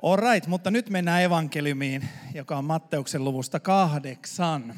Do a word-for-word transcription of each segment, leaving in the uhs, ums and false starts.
All right, mutta nyt mennään evankeliumiin, joka on Matteuksen luvusta kahdeksan.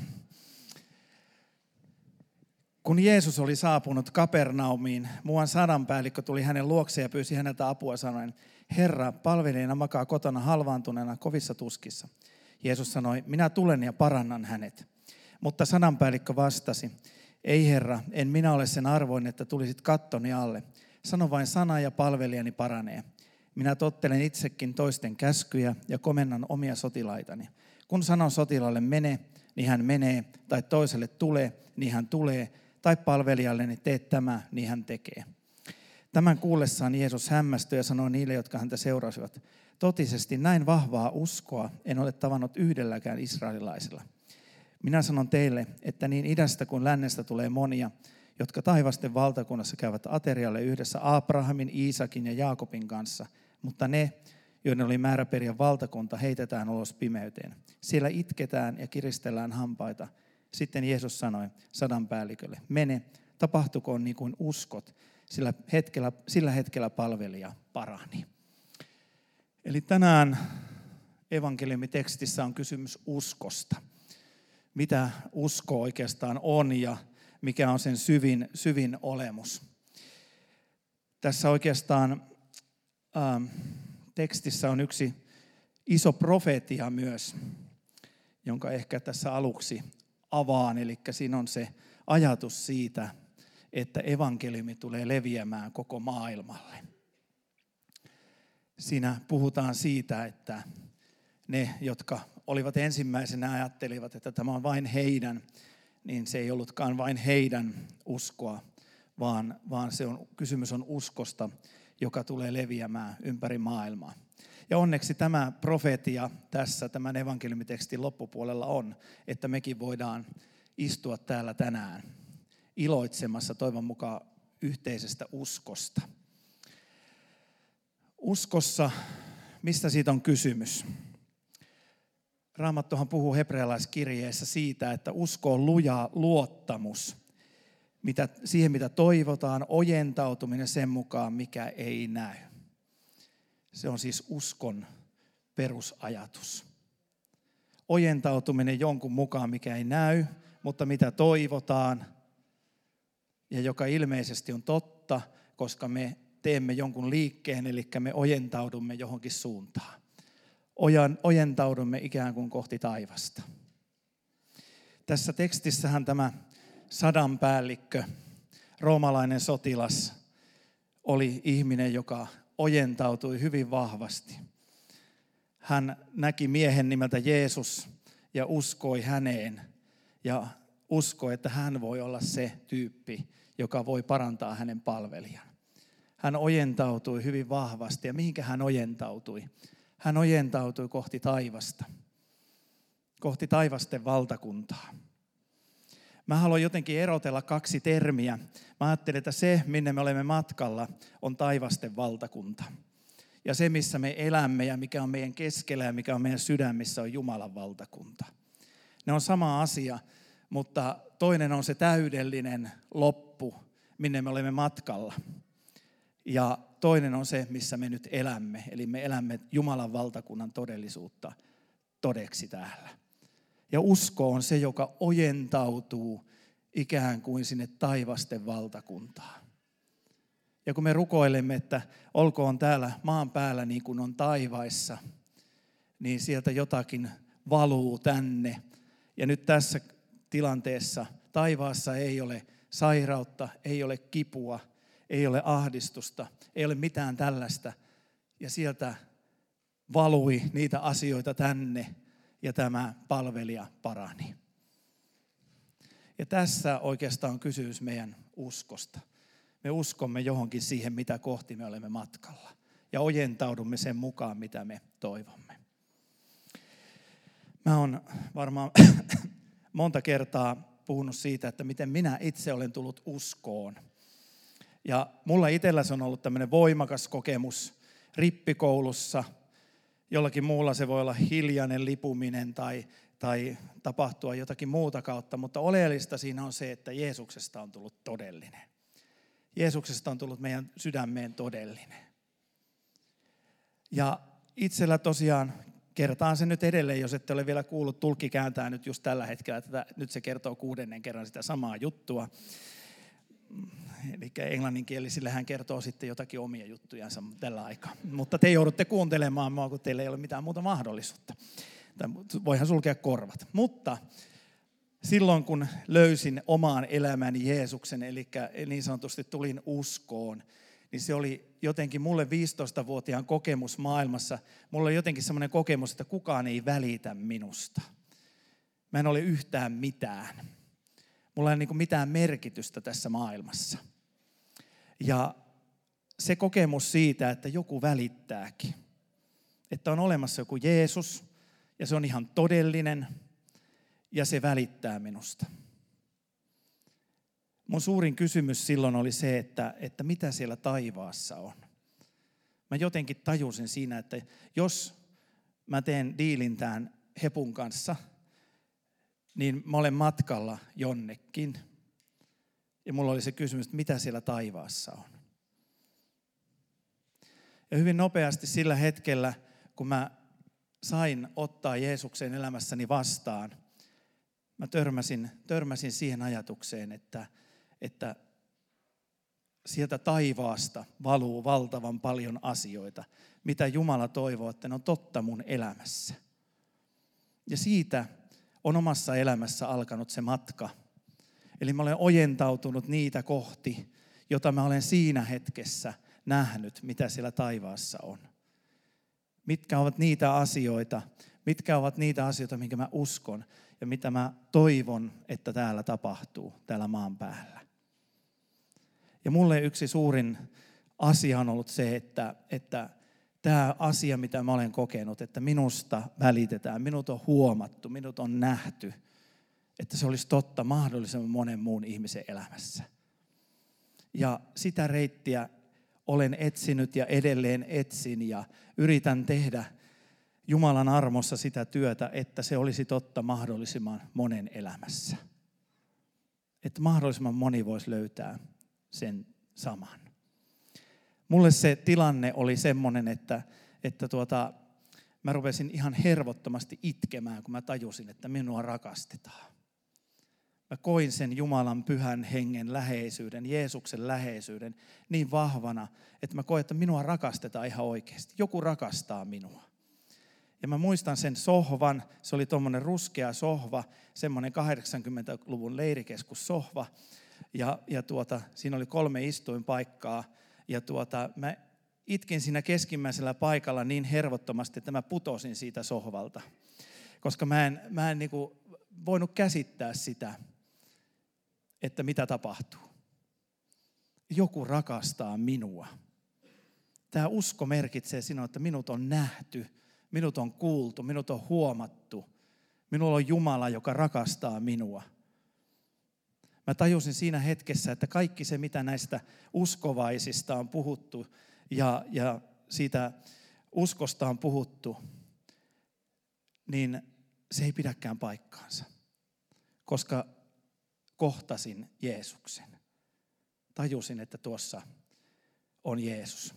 Kun Jeesus oli saapunut Kapernaumiin, muuan sadanpäällikkö tuli hänen luokseen ja pyysi häneltä apua sanoen, Herra, palvelijana makaa kotona halvaantuneena kovissa tuskissa. Jeesus sanoi, minä tulen ja parannan hänet. Mutta sadanpäällikkö vastasi, ei Herra, en minä ole sen arvoinen, että tulisit kattoni alle. Sano vain sana ja palvelijani paranee. Minä tottelen itsekin toisten käskyjä ja komennan omia sotilaitani. Kun sanon sotilaalle mene, niin hän menee, tai toiselle tule, niin hän tulee, tai palvelijalleni tee tämä, niin hän tekee. Tämän kuullessaan Jeesus hämmästyi ja sanoi niille, jotka häntä seurasivat, totisesti näin vahvaa uskoa en ole tavannut yhdelläkään israelilaisella. Minä sanon teille, että niin idästä kuin lännestä tulee monia, jotka taivasten valtakunnassa käyvät aterialle yhdessä Abrahamin, Iisakin ja Jaakobin kanssa, mutta ne, joiden oli määrä periä valtakunta, heitetään ulos pimeyteen. Siellä itketään ja kiristellään hampaita. Sitten Jeesus sanoi sadanpäällikölle, mene, tapahtukoon niin kuin uskot, sillä hetkellä, sillä hetkellä palvelija parani. Eli tänään evankeliumitekstissä on kysymys uskosta. Mitä usko oikeastaan on ja mikä on sen syvin, syvin olemus. Tässä oikeastaan ähm, tekstissä on yksi iso profeetia myös, jonka ehkä tässä aluksi avaan. Eli siinä on se ajatus siitä, että evankeliumi tulee leviämään koko maailmalle. Siinä puhutaan siitä, että ne, jotka olivat ensimmäisenä ajattelivat, että tämä on vain heidän, niin se ei ollutkaan vain heidän uskoa, vaan, vaan se on, kysymys on uskosta, joka tulee leviämään ympäri maailmaa. Ja onneksi tämä profeetia tässä, tämän evankeliumitekstin loppupuolella on, että mekin voidaan istua täällä tänään iloitsemassa toivon mukaan yhteisestä uskosta. Uskossa, mistä siitä on kysymys? Raamattuhan puhuu hebrealaiskirjeessä siitä, että usko on luja luottamus mitä, siihen, mitä toivotaan, ojentautuminen sen mukaan, mikä ei näy. Se on siis uskon perusajatus. Ojentautuminen jonkun mukaan, mikä ei näy, mutta mitä toivotaan, ja joka ilmeisesti on totta, koska me teemme jonkun liikkeen, eli me ojentaudumme johonkin suuntaan. Ojentaudumme ikään kuin kohti taivasta. Tässä tekstissähän tämä sadanpäällikkö, roomalainen sotilas, oli ihminen, joka ojentautui hyvin vahvasti. Hän näki miehen nimeltä Jeesus ja uskoi häneen ja uskoi, että hän voi olla se tyyppi, joka voi parantaa hänen palvelijan. Hän ojentautui hyvin vahvasti ja mihinkä hän ojentautui? Hän ojentautui kohti taivasta, kohti taivasten valtakuntaa. Mä haluan jotenkin erotella kaksi termiä. Mä ajattelen, että se, minne me olemme matkalla, on taivasten valtakunta. Ja se, missä me elämme ja mikä on meidän keskellä ja mikä on meidän sydämissä, on Jumalan valtakunta. Ne on sama asia, mutta toinen on se täydellinen loppu, minne me olemme matkalla. Ja toinen on se, missä me nyt elämme. Eli me elämme Jumalan valtakunnan todellisuutta todeksi täällä. Ja usko on se, joka ojentautuu ikään kuin sinne taivasten valtakuntaan. Ja kun me rukoilemme, että olkoon täällä maan päällä niin kuin on taivaissa, niin sieltä jotakin valuu tänne. Ja nyt tässä tilanteessa taivaassa ei ole sairautta, ei ole kipua, ei ole ahdistusta, ei ole mitään tällaista. Ja sieltä valui niitä asioita tänne ja tämä palvelija parani. Ja tässä oikeastaan on kysymys meidän uskosta. Me uskomme johonkin siihen, mitä kohti me olemme matkalla. Ja ojentaudumme sen mukaan, mitä me toivomme. Mä oon varmaan monta kertaa puhunut siitä, että miten minä itse olen tullut uskoon. Ja mulla itselläsi on ollut tämmöinen voimakas kokemus rippikoulussa. Jollakin muulla se voi olla hiljainen lipuminen tai, tai tapahtua jotakin muuta kautta, mutta oleellista siinä on se, että Jeesuksesta on tullut todellinen. Jeesuksesta on tullut meidän sydämeen todellinen. Ja itsellä tosiaan, kertaan sen nyt edelleen, jos ette ole vielä kuullut, tulkki kääntää nyt just tällä hetkellä, että nyt se kertoo kuudennen kerran sitä samaa juttua. Eli englanninkielisille hän kertoo sitten jotakin omia juttujansa tällä aikaa. Mutta te joudutte kuuntelemaan mua, kun teillä ei ole mitään muuta mahdollisuutta. Voihan sulkea korvat. Mutta silloin kun löysin omaan elämäni Jeesuksen, eli niin sanotusti tulin uskoon, niin se oli jotenkin mulle viisitoistavuotiaan kokemus maailmassa. Mulla oli jotenkin semmoinen kokemus, että kukaan ei välitä minusta. Mä en ole yhtään mitään. Mulla ei ole niin kuin mitään merkitystä tässä maailmassa. Ja se kokemus siitä, että joku välittääkin. Että on olemassa joku Jeesus ja se on ihan todellinen ja se välittää minusta. Mun suurin kysymys silloin oli se, että, että mitä siellä taivaassa on. Mä jotenkin tajusin siinä, että jos mä teen diilin tämän hepun kanssa, niin mä olen matkalla jonnekin. Ja mulla oli se kysymys, että mitä siellä taivaassa on. Ja hyvin nopeasti sillä hetkellä, kun mä sain ottaa Jeesuksen elämässäni vastaan, mä törmäsin, törmäsin siihen ajatukseen, että, että sieltä taivaasta valuu valtavan paljon asioita, mitä Jumala toivoo, että ne on totta mun elämässä. Ja siitä on omassa elämässä alkanut se matka. Eli mä olen ojentautunut niitä kohti, jota mä olen siinä hetkessä nähnyt, mitä siellä taivaassa on. Mitkä ovat niitä asioita, mitkä ovat niitä asioita, minkä mä uskon ja mitä mä toivon, että täällä tapahtuu, täällä maan päällä. Ja mulle yksi suurin asia on ollut se, että, että tämä asia, mitä mä olen kokenut, että minusta välitetään, minut on huomattu, minut on nähty, että se olisi totta mahdollisimman monen muun ihmisen elämässä. Ja sitä reittiä olen etsinyt ja edelleen etsin ja yritän tehdä Jumalan armossa sitä työtä, että se olisi totta mahdollisimman monen elämässä. Että mahdollisimman moni voisi löytää sen saman. Mulle se tilanne oli semmoinen, että, että tuota, mä rupesin ihan hervottomasti itkemään, kun mä tajusin, että minua rakastetaan. Mä koin sen Jumalan pyhän hengen läheisyyden, Jeesuksen läheisyyden niin vahvana, että mä koin, että minua rakastetaan ihan oikeasti. Joku rakastaa minua. Ja mä muistan sen sohvan, se oli tuommoinen ruskea sohva, semmoinen kahdeksankymmentäluvun leirikeskussohva. Ja, ja tuota, siinä oli kolme istuinpaikkaa. Ja tuota, mä itkin siinä keskimmäisellä paikalla niin hervottomasti, että mä putosin siitä sohvalta. Koska mä en, mä en niinku voinut käsittää sitä, että mitä tapahtuu. Joku rakastaa minua. Tämä usko merkitsee sinua, että minut on nähty, minut on kuultu, minut on huomattu. Minulla on Jumala, joka rakastaa minua. Mä tajusin siinä hetkessä, että kaikki se, mitä näistä uskovaisista on puhuttu ja, ja siitä uskosta on puhuttu, niin se ei pidäkään paikkaansa, koska kohtasin Jeesuksen. Tajusin, että tuossa on Jeesus.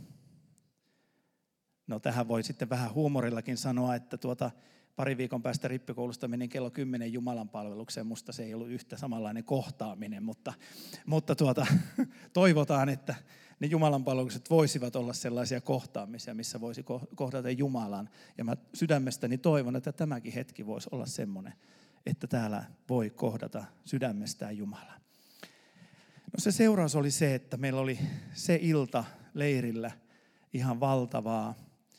No tähän voi sitten vähän huumorillakin sanoa, että tuota, pari viikon päästä rippikoulusta menin kello kymmenen Jumalan palvelukseen. Musta se ei ollut yhtä samanlainen kohtaaminen, mutta, mutta tuota, toivotaan, että ne Jumalan palvelukset voisivat olla sellaisia kohtaamisia, missä voisi kohdata Jumalan. Ja mä sydämestäni toivon, että tämäkin hetki voisi olla semmoinen, että täällä voi kohdata sydämestään Jumalan. No se seuraus oli se, että meillä oli se ilta leirillä ihan valtavaa,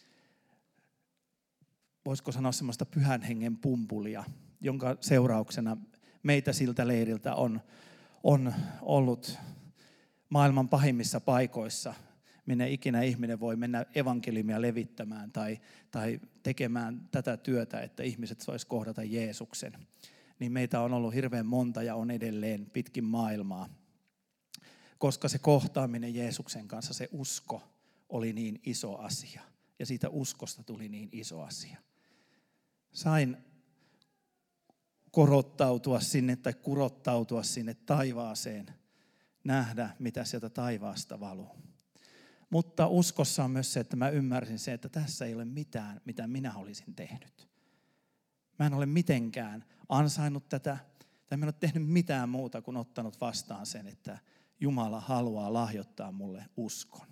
voisiko sanoa semmoista pyhän hengen pumpulia, jonka seurauksena meitä siltä leiriltä on, on ollut maailman pahimmissa paikoissa, minne ikinä ihminen voi mennä evankeliumia levittämään tai, tai tekemään tätä työtä, että ihmiset vois kohdata Jeesuksen. Niin meitä on ollut hirveän monta ja on edelleen pitkin maailmaa, koska se kohtaaminen Jeesuksen kanssa, se usko oli niin iso asia ja siitä uskosta tuli niin iso asia. Sain korottautua sinne tai kurottautua sinne taivaaseen, nähdä mitä sieltä taivaasta valuu. Mutta uskossa on myös se, että mä ymmärsin se, että tässä ei ole mitään, mitä minä olisin tehnyt. Mä en ole mitenkään ansainnut tätä, tai mä en ole tehnyt mitään muuta kuin ottanut vastaan sen, että Jumala haluaa lahjoittaa mulle uskon.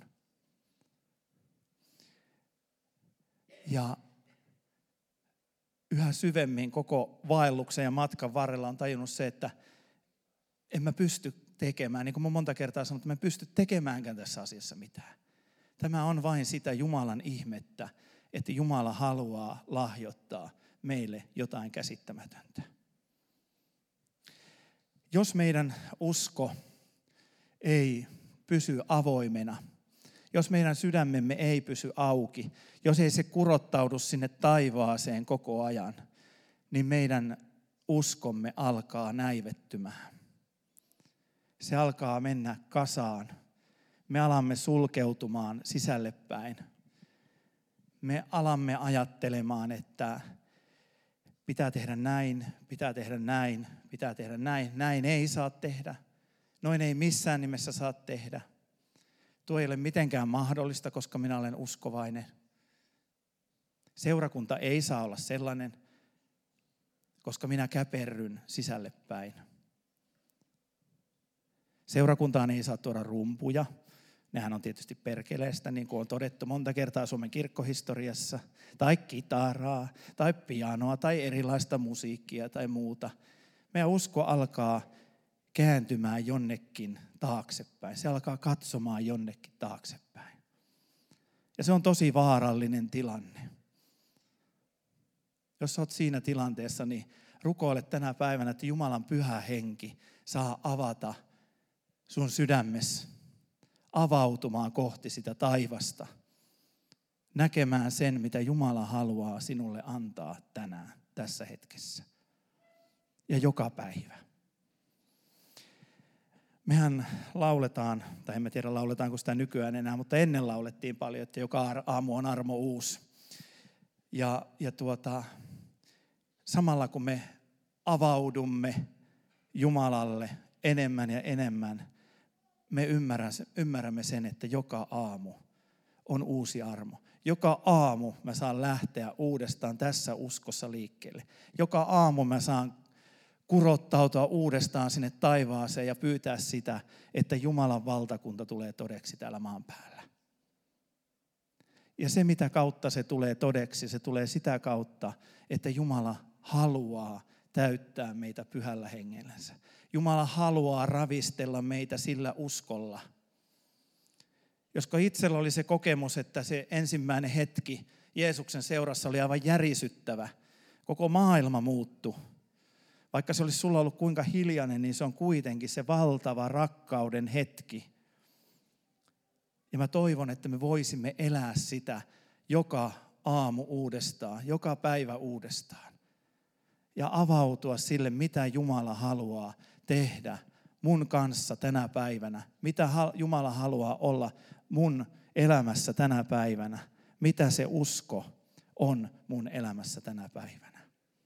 Ja yhä syvemmin koko vaelluksen ja matkan varrella on tajunnut se, että en mä pysty tekemään, niin kuin mä monta kertaa sanonut, että mä en pysty tekemäänkään tässä asiassa mitään. Tämä on vain sitä Jumalan ihmettä, että Jumala haluaa lahjoittaa meille jotain käsittämätöntä. Jos meidän usko ei pysy avoimena, jos meidän sydämemme ei pysy auki, jos ei se kurottaudu sinne taivaaseen koko ajan, niin meidän uskomme alkaa näivettymään. Se alkaa mennä kasaan. Me alamme sulkeutumaan sisälle päin. Me alamme ajattelemaan, että pitää tehdä näin, pitää tehdä näin, pitää tehdä näin. Näin ei saa tehdä. Noin ei missään nimessä saa tehdä. Tuo ei ole mitenkään mahdollista, koska minä olen uskovainen. Seurakunta ei saa olla sellainen, koska minä käperryn sisälle päin. Seurakuntaan ei saa tuoda rumpuja. Nehän on tietysti perkeleestä, niin kuin on todettu monta kertaa Suomen kirkkohistoriassa. Tai kitaraa, tai pianoa, tai erilaista musiikkia tai muuta. Meidän usko alkaa kääntymään jonnekin taaksepäin. Se alkaa katsomaan jonnekin taaksepäin. Ja se on tosi vaarallinen tilanne. Jos olet siinä tilanteessa, niin rukoile tänä päivänä, että Jumalan pyhä henki saa avata sun sydämessä, avautumaan kohti sitä taivasta, näkemään sen, mitä Jumala haluaa sinulle antaa tänään, tässä hetkessä ja joka päivä. Mehän lauletaan, tai en tiedä lauletaanko sitä nykyään enää, mutta ennen laulettiin paljon, että joka aamu on armo uusi. Ja, ja tuota, samalla kun me avaudumme Jumalalle enemmän ja enemmän, me ymmärrämme sen, että joka aamu on uusi armo. Joka aamu mä saan lähteä uudestaan tässä uskossa liikkeelle. Joka aamu mä saan kurottautua uudestaan sinne taivaaseen ja pyytää sitä, että Jumalan valtakunta tulee todeksi täällä maan päällä. Ja se, mitä kautta se tulee todeksi, se tulee sitä kautta, että Jumala haluaa täyttää meitä pyhällä hengellänsä. Jumala haluaa ravistella meitä sillä uskolla. Josko itsellä oli se kokemus, että se ensimmäinen hetki Jeesuksen seurassa oli aivan järisyttävä. Koko maailma muuttui. Vaikka se olisi sulla ollut kuinka hiljainen, niin se on kuitenkin se valtava rakkauden hetki. Ja mä toivon, että me voisimme elää sitä joka aamu uudestaan, joka päivä uudestaan. Ja avautua sille, mitä Jumala haluaa tehdä mun kanssa tänä päivänä. Mitä Jumala haluaa olla mun elämässä tänä päivänä. Mitä se usko on mun elämässä tänä päivänä.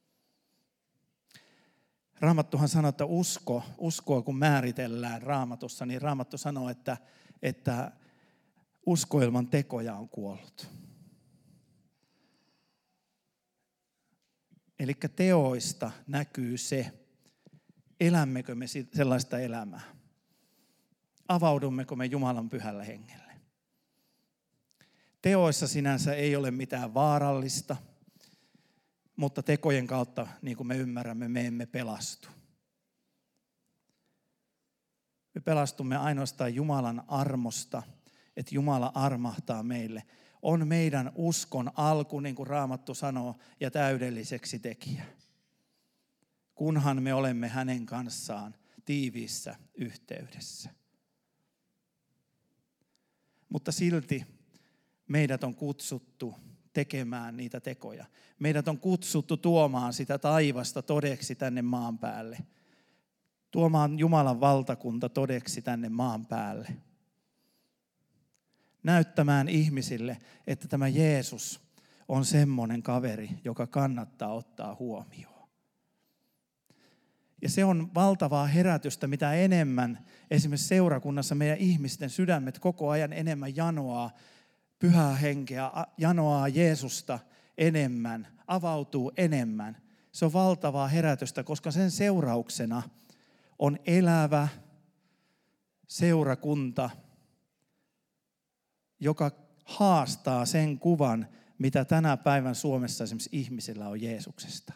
Raamattuhan sanoo, että usko, uskoa kun määritellään Raamatussa, niin Raamattu sanoo, että, että usko ilman tekoja on kuollut. Eli teoista näkyy se, elämmekö me sellaista elämää. Avaudummeko me Jumalan pyhällä hengelle. Teoissa sinänsä ei ole mitään vaarallista, mutta tekojen kautta, niin kuin me ymmärrämme, me emme pelastu. Me pelastumme ainoastaan Jumalan armosta, että Jumala armahtaa meille. On meidän uskon alku, niin kuin Raamattu sanoo, ja täydelliseksi tekijä. Kunhan me olemme hänen kanssaan tiiviissä yhteydessä. Mutta silti meidät on kutsuttu tekemään niitä tekoja. Meidät on kutsuttu tuomaan sitä taivasta todeksi tänne maan päälle. Tuomaan Jumalan valtakunta todeksi tänne maan päälle. Näyttämään ihmisille, että tämä Jeesus on semmoinen kaveri, joka kannattaa ottaa huomioon. Ja se on valtavaa herätystä, mitä enemmän esimerkiksi seurakunnassa meidän ihmisten sydämet koko ajan enemmän janoaa Pyhää Henkeä, janoaa Jeesusta enemmän, avautuu enemmän. Se on valtavaa herätystä, koska sen seurauksena on elävä seurakunta, joka haastaa sen kuvan, mitä tänä päivän Suomessa esimerkiksi ihmisillä on Jeesuksesta.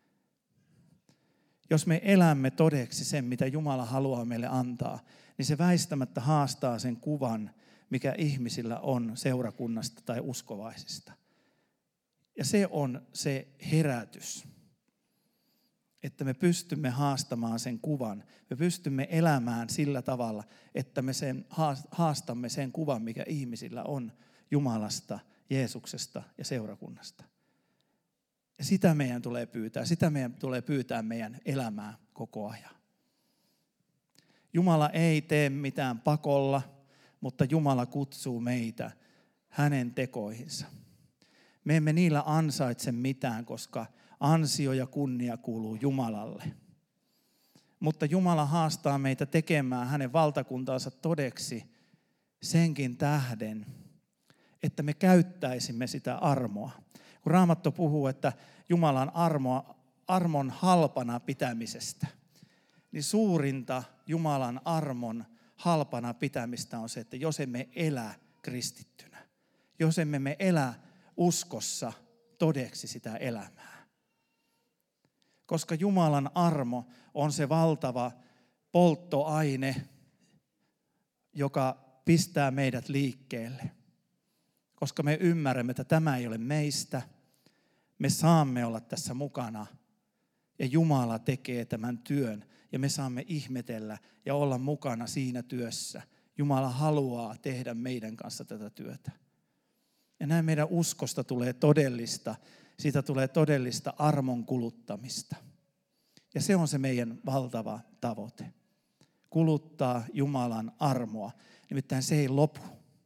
Jos me elämme todeksi sen, mitä Jumala haluaa meille antaa, niin se väistämättä haastaa sen kuvan, mikä ihmisillä on seurakunnasta tai uskovaisista. Ja se on se herätys, että me pystymme haastamaan sen kuvan. Me pystymme elämään sillä tavalla, että me sen haastamme sen kuvan, mikä ihmisillä on Jumalasta, Jeesuksesta ja seurakunnasta. Ja sitä meidän tulee pyytää, sitä meidän tulee pyytää meidän elämää koko ajan. Jumala ei tee mitään pakolla, mutta Jumala kutsuu meitä hänen tekoihinsa. Me emme niillä ansaitse mitään, koska ansio ja kunnia kuuluu Jumalalle. Mutta Jumala haastaa meitä tekemään hänen valtakuntaansa todeksi senkin tähden, että me käyttäisimme sitä armoa. Kun Raamattu puhuu, että Jumalan armoa, armon halpana pitämisestä, niin suurinta Jumalan armon halpana pitämistä on se, että jos emme elä kristittynä, jos emme me elä uskossa todeksi sitä elämää. Koska Jumalan armo on se valtava polttoaine, joka pistää meidät liikkeelle. Koska me ymmärrämme, että tämä ei ole meistä, me saamme olla tässä mukana ja Jumala tekee tämän työn ja me saamme ihmetellä ja olla mukana siinä työssä. Jumala haluaa tehdä meidän kanssa tätä työtä. Ja näin meidän uskosta tulee todellista, siitä tulee todellista armon kuluttamista. Ja se on se meidän valtava tavoite. Kuluttaa Jumalan armoa, nimittäin se ei lopu.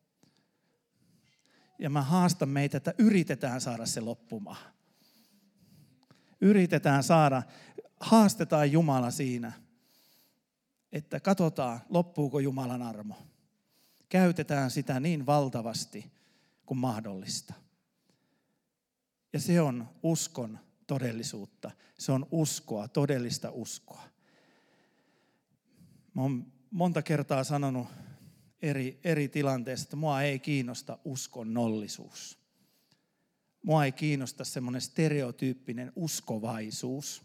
Ja mä haastan meitä, että yritetään saada se loppumaan. Yritetään saada, haastetaan Jumala siinä, että katsotaan, loppuuko Jumalan armo. Käytetään sitä niin valtavasti kuin mahdollista. Ja se on uskon todellisuutta. Se on uskoa, todellista uskoa. Mä oon monta kertaa sanonut eri, eri tilanteissa, että mua ei kiinnosta uskonnollisuus. Mua ei kiinnosta semmoinen stereotyyppinen uskovaisuus.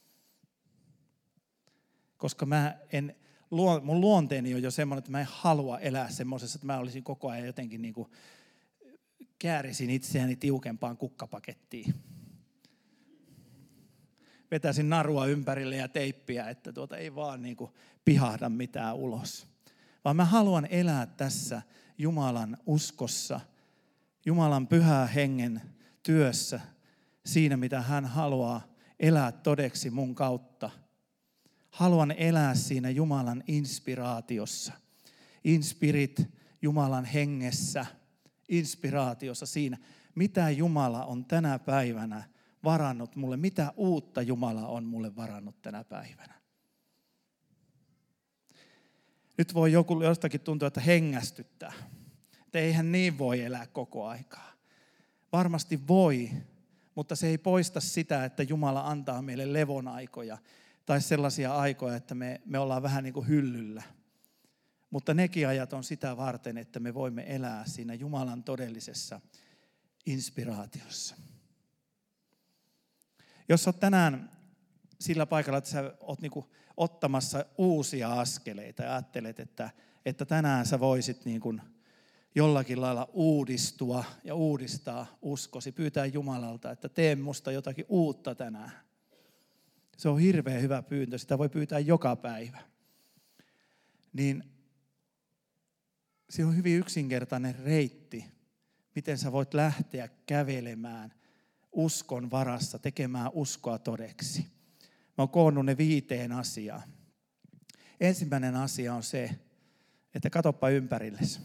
Koska mä en, mun luonteeni on jo semmoinen, että mä en halua elää semmoisessa, että mä olisin koko ajan jotenkin niin kuin käärisin itseäni tiukempaan kukkapakettiin. Vetäisin narua ympärille ja teippiä, että tuota ei vaan niin kuin pihahda mitään ulos. Vaan mä haluan elää tässä Jumalan uskossa, Jumalan pyhää hengen työssä, siinä mitä hän haluaa elää todeksi mun kautta. Haluan elää siinä Jumalan inspiraatiossa. Inspirit Jumalan hengessä, inspiraatiossa siinä, mitä Jumala on tänä päivänä varannut mulle, mitä uutta Jumala on mulle varannut tänä päivänä. Nyt voi joku jostakin tuntua, että hengästyttää. Että eihän niin voi elää koko aikaa. Varmasti voi, mutta se ei poista sitä, että Jumala antaa meille levon aikoja tai sellaisia aikoja, että me, me ollaan vähän niin kuin hyllyllä. Mutta nekin ajat on sitä varten, että me voimme elää siinä Jumalan todellisessa inspiraatiossa. Jos olet tänään sillä paikalla, että sä oot niin kuin ottamassa uusia askeleita ja ajattelet, että, että tänään sä voisit niin kuin jollakin lailla uudistua ja uudistaa uskosi, pyytää Jumalalta, että tee musta jotakin uutta tänään. Se on hirveän hyvä pyyntö, sitä voi pyytää joka päivä. Niin se on hyvin yksinkertainen reitti, miten sä voit lähteä kävelemään uskon varassa, tekemään uskoa todeksi. Mä oon koonnut ne viiteen asiaa. Ensimmäinen asia on se, että katoppa ympärillesi.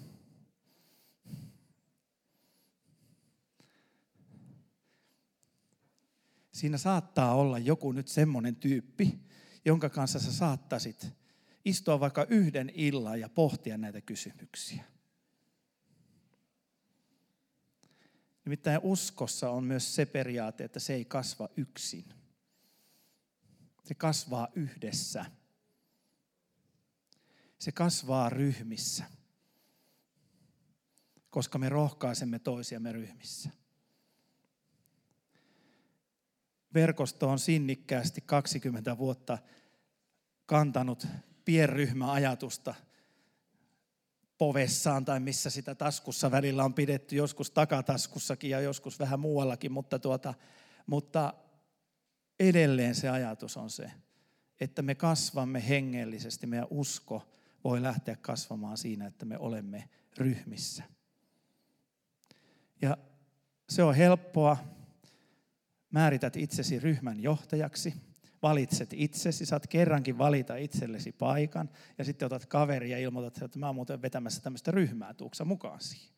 Siinä saattaa olla joku nyt semmoinen tyyppi, jonka kanssa sä saattaisit istua vaikka yhden illan ja pohtia näitä kysymyksiä. Nimittäin uskossa on myös se periaate, että se ei kasva yksin. Se kasvaa yhdessä. Se kasvaa ryhmissä, koska me rohkaisemme toisiamme ryhmissä. Verkosto on sinnikkäästi kaksikymmentä vuotta kantanut pienryhmäajatusta povessaan tai missä sitä taskussa välillä on pidetty, joskus takataskussakin ja joskus vähän muuallakin, mutta, tuota, mutta edelleen se ajatus on se, että me kasvamme hengellisesti, meidän usko voi lähteä kasvamaan siinä, että me olemme ryhmissä. Ja se on helppoa. Määrität itsesi ryhmän johtajaksi, valitset itsesi, saat kerrankin valita itsellesi paikan ja sitten otat kaveria ja ilmoitat, että mä oon muuten vetämässä tämmöistä ryhmää, tuuksa mukaan siihen.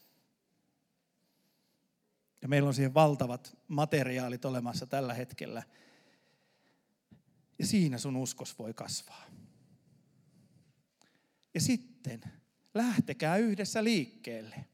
Ja meillä on siihen valtavat materiaalit olemassa tällä hetkellä. Ja siinä sun uskos voi kasvaa. Ja sitten lähtekää yhdessä liikkeelle.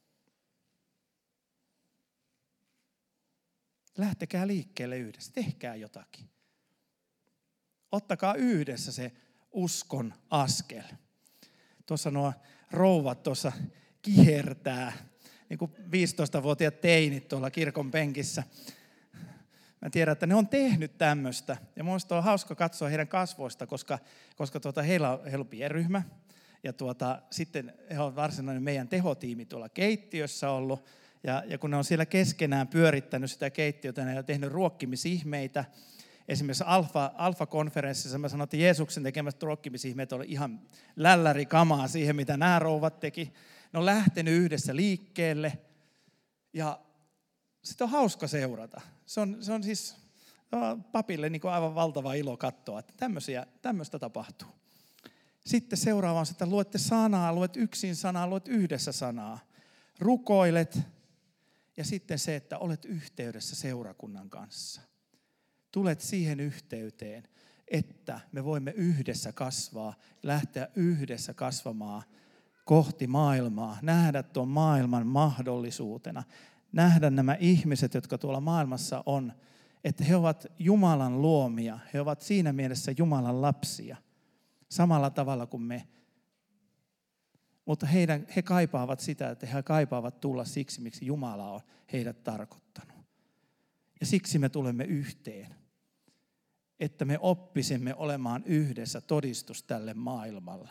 Lähtekää liikkeelle yhdessä, tehkää jotakin. Ottakaa yhdessä se uskon askel. Tuossa nuo rouvat tuossa kihertää, niin kuin viisitoistavuotiaat teinit tuolla kirkon penkissä. Mä tiedän, että ne on tehnyt tämmöistä. Ja minusta on hauska katsoa heidän kasvoista, koska, koska tuota, heillä, on, heillä on pienryhmä. Ja tuota, sitten he on varsinainen meidän tehotiimi tuolla keittiössä ollut. Ja, ja kun ne on siellä keskenään pyörittänyt sitä keittiötä, ne on tehnyt ruokkimisihmeitä. Esimerkiksi Alfa, Alfa-konferenssissa mä sanoin, että Jeesuksen tekemästä ruokkimisihmeet oli ihan lällärikamaa siihen, mitä nämä rouvat teki. Ne on lähtenyt yhdessä liikkeelle ja sitä on hauska seurata. Se on, se on siis papille niin kuin aivan valtava ilo katsoa, että tämmöisiä, tämmöistä tapahtuu. Sitten seuraava on se, että luette sanaa, luet yksin sanaa, luet yhdessä sanaa. Rukoilet ja sitten se, että olet yhteydessä seurakunnan kanssa. Tulet siihen yhteyteen, että me voimme yhdessä kasvaa, lähteä yhdessä kasvamaan kohti maailmaa, nähdä tuon maailman mahdollisuutena, nähdä nämä ihmiset, jotka tuolla maailmassa on, että he ovat Jumalan luomia, he ovat siinä mielessä Jumalan lapsia, samalla tavalla kuin me. Mutta heidän, he kaipaavat sitä, että he kaipaavat tulla siksi, miksi Jumala on heidät tarkoittanut. Ja siksi me tulemme yhteen, että me oppisimme olemaan yhdessä todistus tälle maailmalle.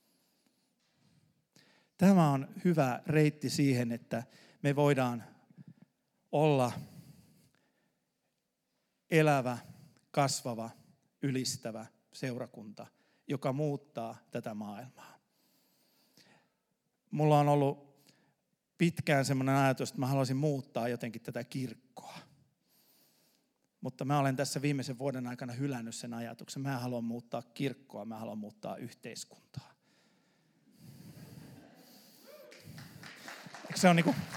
Tämä on hyvä reitti siihen, että me voidaan olla elävä, kasvava, ylistävä seurakunta, joka muuttaa tätä maailmaa. Mulla on ollut pitkään semmoinen ajatus, että mä haluaisin muuttaa jotenkin tätä kirkkoa. Mutta mä olen tässä viimeisen vuoden aikana hylännyt sen ajatuksen. Mä haluan muuttaa kirkkoa, mä haluan muuttaa yhteiskuntaa. Eikö se on niin kuin...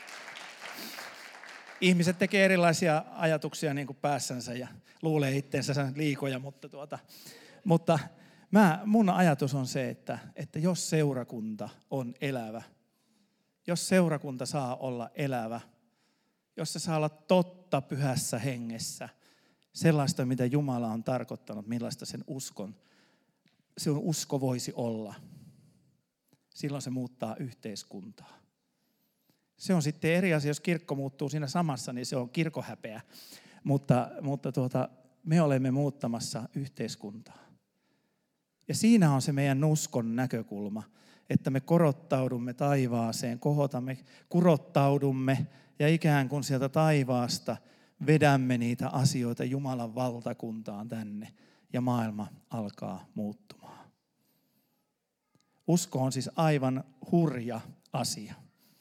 Ihmiset tekee erilaisia ajatuksia niin kuin päässänsä ja luulee itseensä liikoja, mutta, tuota, mutta mä, mun ajatus on se, että, että jos seurakunta on elävä, jos seurakunta saa olla elävä, jos se saa olla totta pyhässä hengessä, sellaista, mitä Jumala on tarkoittanut, millaista sen uskon, sen usko voisi olla, silloin se muuttaa yhteiskuntaa. Se on sitten eri asia, jos kirkko muuttuu siinä samassa, niin se on kirkohäpeä. Mutta, mutta tuota, me olemme muuttamassa yhteiskuntaa. Ja siinä on se meidän uskon näkökulma, että me korottaudumme taivaaseen, kohotamme, kurottaudumme ja ikään kuin sieltä taivaasta vedämme niitä asioita Jumalan valtakuntaan tänne ja maailma alkaa muuttumaan. Usko on siis aivan hurja asia.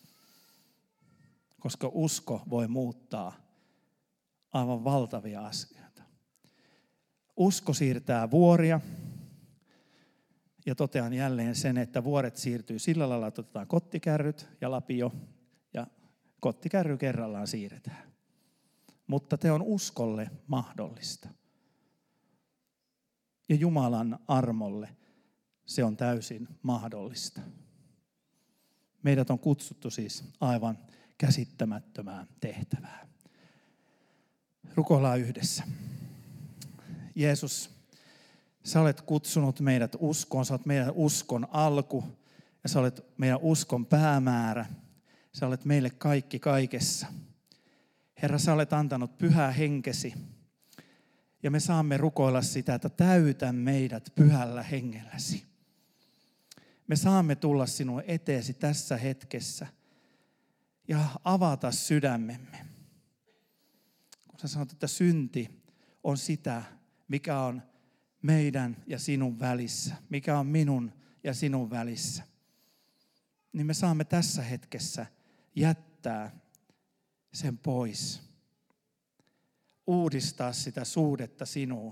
Koska usko voi muuttaa aivan valtavia asioita. Usko siirtää vuoria. Ja totean jälleen sen, että vuoret siirtyy sillä lailla, että otetaan kottikärryt ja lapio. Ja kottikärry kerrallaan siirretään. Mutta te on uskolle mahdollista. Ja Jumalan armolle se on täysin mahdollista. Meidät on kutsuttu siis aivan käsittämättömään tehtävään. Rukoillaan yhdessä. Jeesus, sä olet kutsunut meidät uskoon, sä olet meidän uskon alku ja sä olet meidän uskon päämäärä. Sä olet meille kaikki kaikessa. Herra, sä olet antanut pyhää henkesi ja me saamme rukoilla sitä, että täytä meidät pyhällä hengelläsi. Me saamme tulla sinun eteesi tässä hetkessä ja avata sydämemme. Kun sä sanot, että synti on sitä, mikä on meidän ja sinun välissä, mikä on minun ja sinun välissä, niin me saamme tässä hetkessä jättää sen pois. Uudistaa sitä suhdetta sinuun.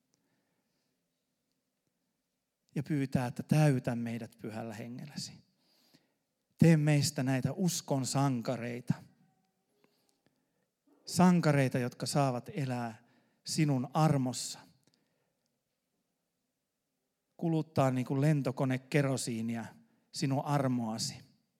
Ja pyytää, että täytä meidät pyhällä hengelläsi. Tee meistä näitä uskon sankareita. Sankareita, jotka saavat elää sinun armossa. Kuluttaa niin kuin lentokone kerosiinia sinun armoasi.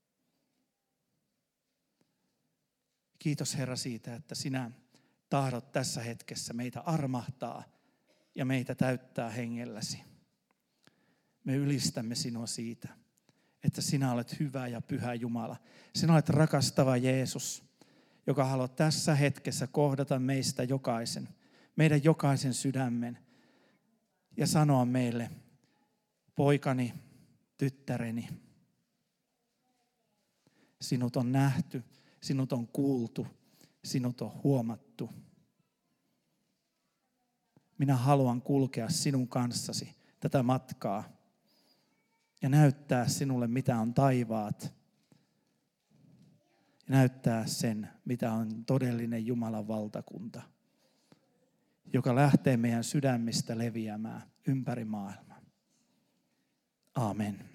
Kiitos Herra siitä, että sinä tahdot tässä hetkessä meitä armahtaa ja meitä täyttää hengelläsi. Me ylistämme sinua siitä, että sinä olet hyvä ja pyhä Jumala. Sinä olet rakastava Jeesus, joka haluaa tässä hetkessä kohdata meistä jokaisen, meidän jokaisen sydämen ja sanoa meille, poikani, tyttäreni, sinut on nähty, sinut on kuultu, sinut on huomattu. Minä haluan kulkea sinun kanssasi tätä matkaa ja näyttää sinulle, mitä on taivaat. Ja näyttää sen, mitä on todellinen Jumalan valtakunta, joka lähtee meidän sydämistä leviämään ympäri maailmaa. Aamen.